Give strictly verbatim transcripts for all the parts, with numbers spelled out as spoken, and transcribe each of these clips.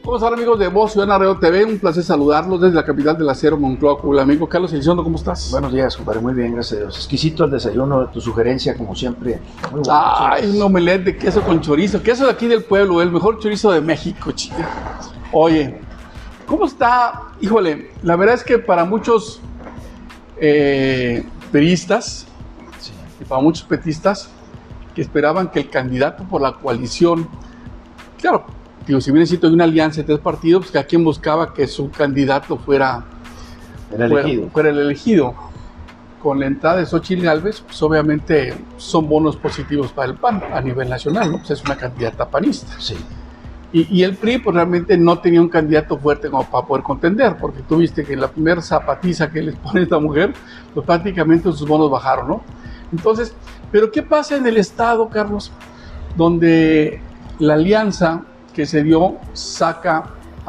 ¿Cómo están, amigos de Voz Ciudadana Radio T V? Un placer saludarlos desde la capital del acero, Monclova, Puebla. Amigo Carlos Elizondo, ¿cómo estás? Buenos días, compadre, muy bien, gracias a Dios. Exquisito el desayuno, tu sugerencia, como siempre. Muy bueno. Ay, un omelette de queso con chorizo. Queso de aquí del pueblo, el mejor chorizo de México, chica. Oye, ¿cómo está? Híjole, la verdad es que para muchos eh, peristas sí. y para muchos petistas que esperaban que el candidato por la coalición, claro, digo, si bien necesito una alianza de tres partidos, pues cada quien buscaba que su candidato fuera el elegido. Fuera, fuera el elegido. Con la entrada de Xóchitl Gálvez, pues obviamente son bonos positivos para el P A N a nivel nacional, ¿no? Pues es una candidata panista. Sí. Y, y el P R I, pues realmente no tenía un candidato fuerte como para poder contender, porque tú viste que la primera zapatiza que les pone esta mujer, pues prácticamente sus bonos bajaron, ¿no? Entonces, ¿pero qué pasa en el estado, Carlos? Donde la alianza que se dio saca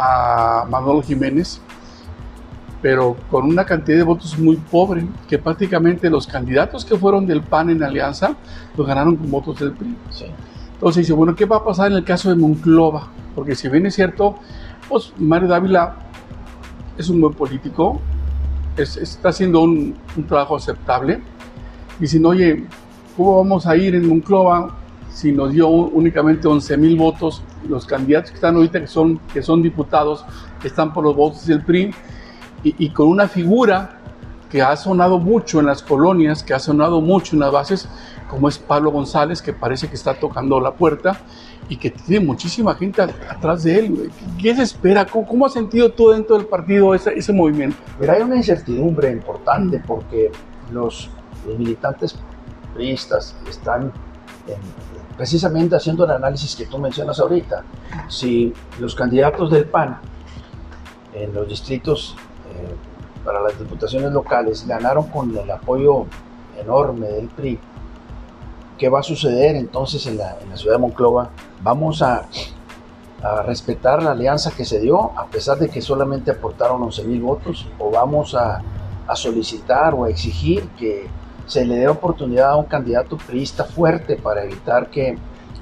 a Manolo Jiménez, pero con una cantidad de votos muy pobre, que prácticamente los candidatos que fueron del P A N en alianza, los ganaron con votos del P R I. Sí. Entonces dice, bueno, ¿qué va a pasar en el caso de Monclova? Porque si bien es cierto, pues Mario Dávila es un buen político, es, está haciendo un, un trabajo aceptable, dicen, oye, ¿cómo vamos a ir en Monclova si nos dio únicamente once mil votos? Los candidatos que están ahorita, que son, que son diputados, que están por los votos del P R I, y, y con una figura que ha sonado mucho en las colonias, que ha sonado mucho en las bases, como es Pablo González, que parece que está tocando la puerta y que tiene muchísima gente atrás de él. ¿Qué se espera? ¿Cómo, cómo has sentido tú dentro del partido ese, ese movimiento? Mira, hay una incertidumbre importante porque los, los militantes priistas están en, precisamente haciendo el análisis que tú mencionas ahorita. Si los candidatos del P A N en los distritos eh, para las diputaciones locales ganaron con el apoyo enorme del P R I, ¿qué va a suceder entonces en la, en la ciudad de Monclova? Vamos a, a respetar la alianza que se dio, a pesar de que solamente aportaron once mil votos, o vamos a, a solicitar o a exigir que se le dé oportunidad a un candidato priista fuerte para evitar que,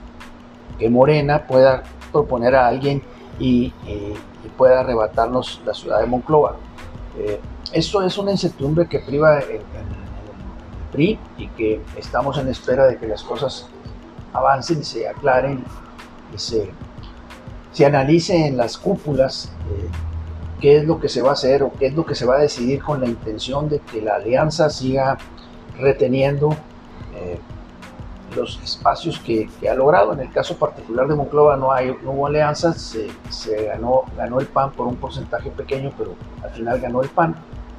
que Morena pueda proponer a alguien y, y, y pueda arrebatarnos la ciudad de Monclova. Eh, eso es una incertidumbre que priva el, el, el P R I y que estamos en espera de que las cosas avancen y se aclaren y se, se analicen en las cúpulas eh, qué es lo que se va a hacer o qué es lo que se va a decidir con la intención de que la alianza siga reteniendo eh, los espacios que, que ha logrado. En el caso particular de Monclova no, hay, no hubo alianzas, se, se ganó, ganó el P A N por un porcentaje pequeño, pero al final ganó el P A N.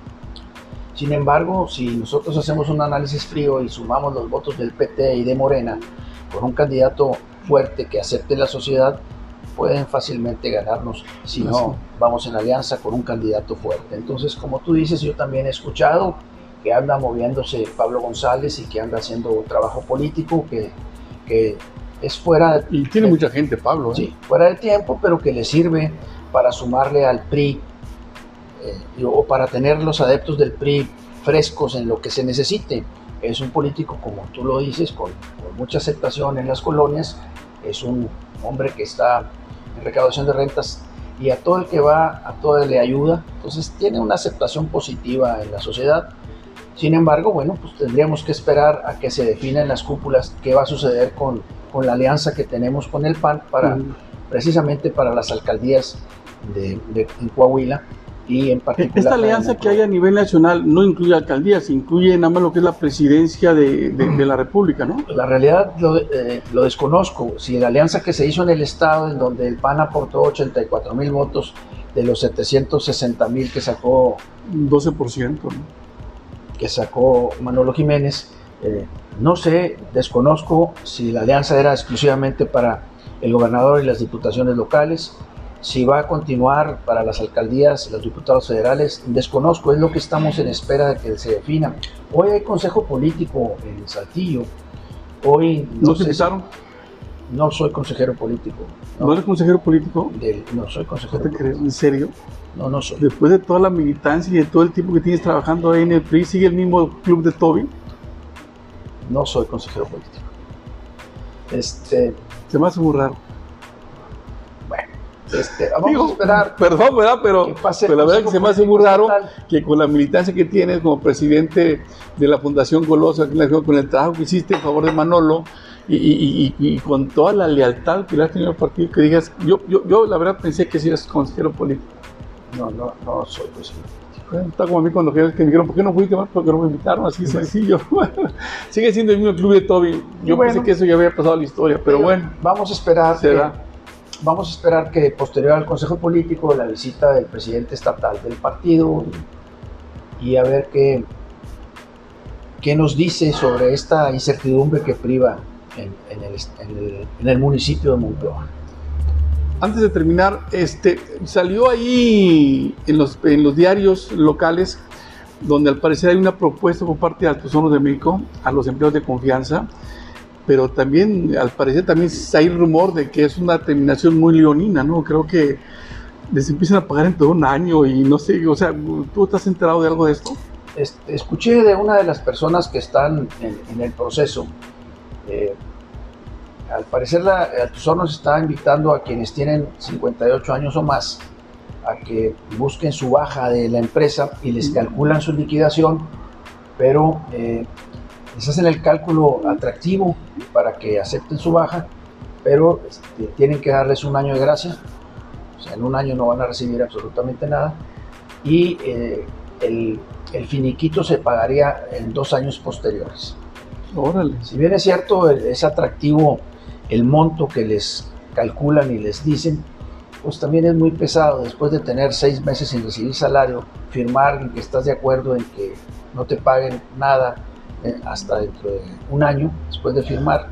Sin embargo, si nosotros hacemos un análisis frío y sumamos los votos del P T y de Morena con un candidato fuerte que acepte la sociedad, pueden fácilmente ganarnos si no vamos en alianza con un candidato fuerte. Entonces, como tú dices, yo también he escuchado que anda moviéndose Pablo González y que anda haciendo un trabajo político que, que es fuera de, y tiene de, mucha gente, Pablo, ¿eh? Sí, fuera de tiempo, pero que le sirve para sumarle al P R I eh, o para tener los adeptos del P R I frescos en lo que se necesite. Es un político, como tú lo dices, con, con mucha aceptación en las colonias, es un hombre que está en recaudación de rentas y a todo el que va, a todo el le ayuda, entonces tiene una aceptación positiva en la sociedad. Sin embargo, bueno, pues tendríamos que esperar a que se definan las cúpulas qué va a suceder con, con la alianza que tenemos con el P A N para, uh-huh. precisamente para las alcaldías de, de en Coahuila y en particular. Esta alianza que hay a nivel nacional no incluye alcaldías, incluye nada más lo que es la presidencia de, de, de la República, ¿no? La realidad lo, eh, lo desconozco. Si la alianza que se hizo en el estado, en donde el P A N aportó ochenta y cuatro mil votos de los setecientos sesenta mil que sacó doce por ciento, ¿no? que sacó Manolo Jiménez, eh, no sé, desconozco si la alianza era exclusivamente para el gobernador y las diputaciones locales, si va a continuar para las alcaldías, los diputados federales, desconozco, es lo que estamos en espera de que se defina. Hoy hay consejo político en Saltillo, hoy... ¿No se invitaron? No soy consejero político. ¿No, ¿No eres consejero político? De, no soy consejero ¿No te político. creo? ¿En serio? No, no soy. Después de toda la militancia y de todo el tiempo que tienes trabajando ahí en el P R I, ¿sigue el mismo club de Toby? No soy consejero político. Este... Se me hace muy raro. Bueno, Este, vamos Digo, a esperar. Perdón, ¿verdad? Pero, pase, pero la verdad que se me hace muy raro estatal. que con la militancia que tienes como presidente de la Fundación Goloso, con el trabajo que hiciste en favor de Manolo y, y, y, y con toda la lealtad que le has tenido al partido, que digas, yo, yo, yo la verdad pensé que sí eras consejero político. No, no, no soy consejero. Bueno, está como a mí cuando que me dijeron, ¿por qué no fuiste más? Porque no me invitaron, así sencillo. Sigue siendo el mismo club de Toby. Yo bueno, pensé que eso ya había pasado a la historia, pero bueno. Vamos a esperar se que, da. vamos a esperar que posterior al Consejo Político, la visita del presidente estatal del partido y, y a ver qué, qué nos dice sobre esta incertidumbre que priva en, en, el, en, el, en el municipio de Monclova. Antes de terminar, este, salió ahí en los, en los diarios locales, donde al parecer hay una propuesta por parte de Altos Hornos de México a los empleados de confianza, pero también, al parecer, también hay rumor de que es una terminación muy leonina, ¿no? Creo que les empiezan a pagar en todo un año y no sé, o sea, ¿tú estás enterado de algo de esto? Este, escuché de una de las personas que están en, en el proceso. Eh, Al parecer, la, Altos Hornos está invitando a quienes tienen cincuenta y ocho años o más a que busquen su baja de la empresa y les calculan su liquidación, pero eh, les hacen el cálculo atractivo para que acepten su baja, pero este, tienen que darles un año de gracia, o sea, en un año no van a recibir absolutamente nada, y eh, el, el finiquito se pagaría en dos años posteriores. Órale. Si bien es cierto, es atractivo el monto que les calculan y les dicen, pues también es muy pesado después de tener seis meses sin recibir salario, firmar en que estás de acuerdo en que no te paguen nada eh, hasta dentro de un año después de firmar.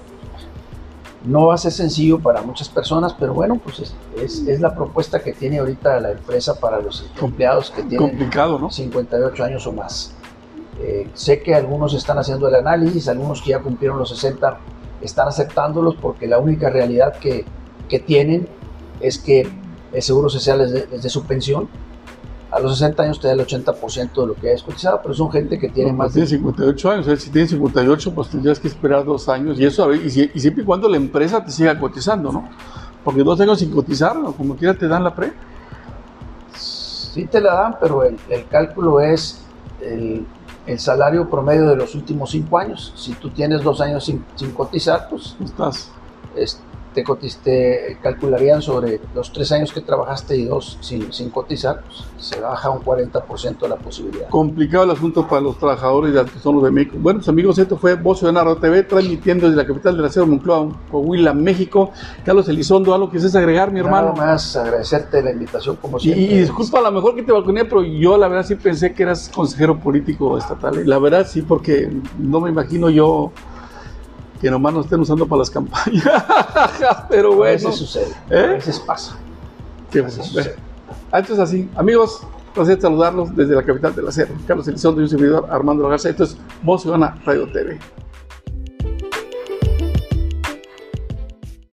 No va a ser sencillo para muchas personas, pero bueno, pues es, es, es la propuesta que tiene ahorita la empresa para los empleados que tienen complicado, ¿no? cincuenta y ocho años o más. Eh, sé que algunos están haciendo el análisis, algunos que ya cumplieron los sesenta están aceptándolos porque la única realidad que, que tienen es que el Seguro Social les dé, les dé su pensión. A los sesenta años te da el ochenta por ciento de lo que hayas cotizado, pero son gente que tiene no, más tiene de cincuenta y ocho años, o sea, si tienes cincuenta y ocho, pues tendrías que esperar dos años, y eso, a ver, y, si, y siempre y cuando la empresa te siga cotizando, ¿no? Porque dos años sin cotizar, ¿no? Como quiera te dan la pre. Sí te la dan, pero el, el cálculo es el, el salario promedio de los últimos cinco años. Si tú tienes dos años sin, sin cotizar, pues estás. Es, te, cotiz, te calcularían sobre los tres años que trabajaste y dos sin, sin cotizar, pues se baja un cuarenta por ciento la posibilidad. Complicado el asunto para los trabajadores de Altos Hornos de México. Bueno, pues amigos, esto fue Voz Ciudadana Radio T V, transmitiendo desde la capital del acero, Monclova, Coahuila, México. Carlos Elizondo, ¿algo quieres agregar, mi hermano? Nada más agradecerte la invitación, como siempre. Y, y disculpa, a lo mejor que te balconé, pero yo la verdad sí pensé que eras consejero político estatal. La verdad sí, porque no me imagino yo que nomás nos estén usando para las campañas. Pero bueno. A veces sucede, ¿eh? A veces pasa. Qué bueno. Sucede. Esto es así. Amigos, placer saludarlos desde la capital del acero. Carlos Elizondo y un servidor, Armando Lagarza. Esto es Voz Ciudadana Radio T V.